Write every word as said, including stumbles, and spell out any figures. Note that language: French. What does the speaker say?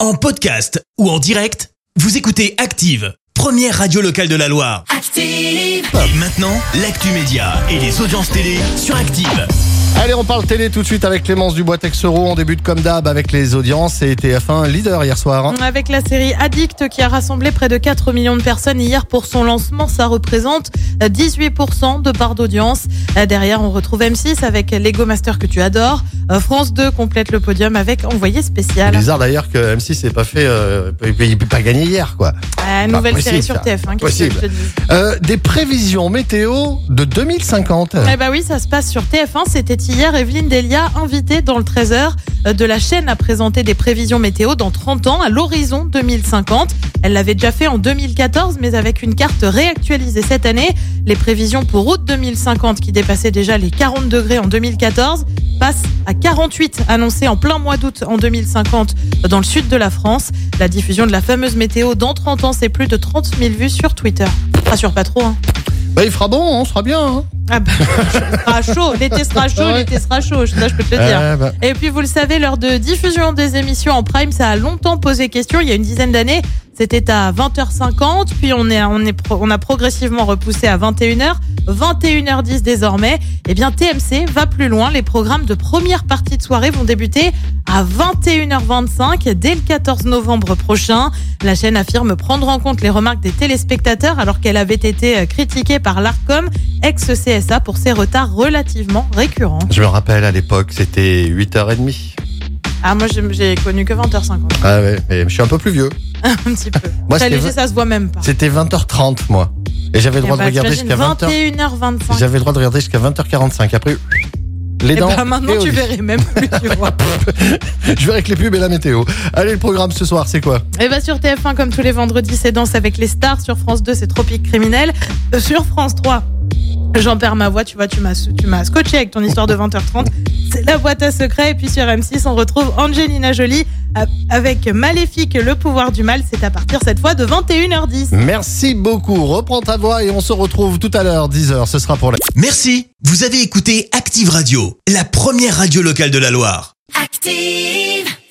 En podcast ou en direct, vous écoutez Active, première radio locale de la Loire. Active! Et maintenant, l'actu média et les audiences télé sur Active. Allez, on parle télé tout de suite avec Clémence Dubois-Texero. On débute comme d'hab avec les audiences et T F un leader hier soir. Avec la série Addict qui a rassemblé près de quatre millions de personnes hier pour son lancement, ça représente dix-huit pour cent de part d'audience. Derrière, on retrouve M six avec Lego Master que tu adores. France deux complète le podium avec Envoyé spécial. Bizarre d'ailleurs que M six n'ait pas fait, euh, il peut pas gagner hier, quoi. Euh, nouvelle possible, série sur ça. T F un. Possible. Que je te dise. Euh, des prévisions météo de deux mille cinquante. Eh bah oui, ça se passe sur T F un. C'était hier. Evelyne Delia, invitée dans le treize heures de la chaîne, a présenté des prévisions météo dans trente ans à l'horizon deux mille cinquante. Elle l'avait déjà fait en deux mille quatorze, mais avec une carte réactualisée cette année. Les prévisions pour août deux mille cinquante, qui dépassaient déjà les quarante degrés en deux mille quatorze, passent à quarante-huit, annoncées en plein mois d'août en deux mille cinquante dans le sud de la France. La diffusion de la fameuse météo dans trente ans, c'est plus de trente mille vues sur Twitter. Rassure pas trop, hein. Bah, il fera bon, on sera bien. Hein. Ah bah, sera chaud, l'été sera chaud, Ouais. l'été sera chaud, ça je peux te le dire. Euh, bah. Et puis vous le savez, l'heure de diffusion des émissions en prime, ça a longtemps posé question. Il y a une dizaine d'années, c'était à vingt heures cinquante, puis on est, on est, pro- on a progressivement repoussé à vingt et une heures, vingt et une heures dix désormais. Eh bien, T M C va plus loin. Les programmes de première partie de soirée vont débuter à vingt et une heures vingt-cinq dès le quatorze novembre prochain. La chaîne affirme prendre en compte les remarques des téléspectateurs alors qu'elle avait été critiquée par l'Arcom, ex-C S A, pour ses retards relativement récurrents. Je me rappelle, à l'époque, c'était huit heures trente. Ah, moi, j'ai, j'ai connu que vingt heures cinquante. Ah ouais, mais je suis un peu plus vieux. Un petit peu. Moi, Très c'était léger, v- ça se voit même pas. C'était vingt heures trente, moi. Et j'avais le Eh droit bah, de regarder t'imagines, jusqu'à vingt heures. vingt et une heures vingt-cinq. J'avais le droit de regarder jusqu'à vingt heures quarante-cinq. Après, les Et dents. bah, maintenant, et au tu lit. verrais même plus, tu vois. Je verrai avec les pubs et la météo. Allez, le programme ce soir, c'est quoi? Et bah, sur T F un, comme tous les vendredis, c'est Danse avec les stars. Sur France deux, c'est Tropique criminel. Euh, sur France trois, j'en perds ma voix. Tu vois, tu m'as, tu m'as scotché avec ton histoire de vingt heures trente. C'est la boîte à secrets. Et puis sur M six, on retrouve Angelina Jolie euh, avec Maléfique, le pouvoir du mal. C'est à partir cette fois de vingt et une heures dix. Merci beaucoup. Reprends ta voix et on se retrouve tout à l'heure, dix heures. Ce sera pour la... Merci, vous avez écouté Active Radio, la première radio locale de la Loire. Active.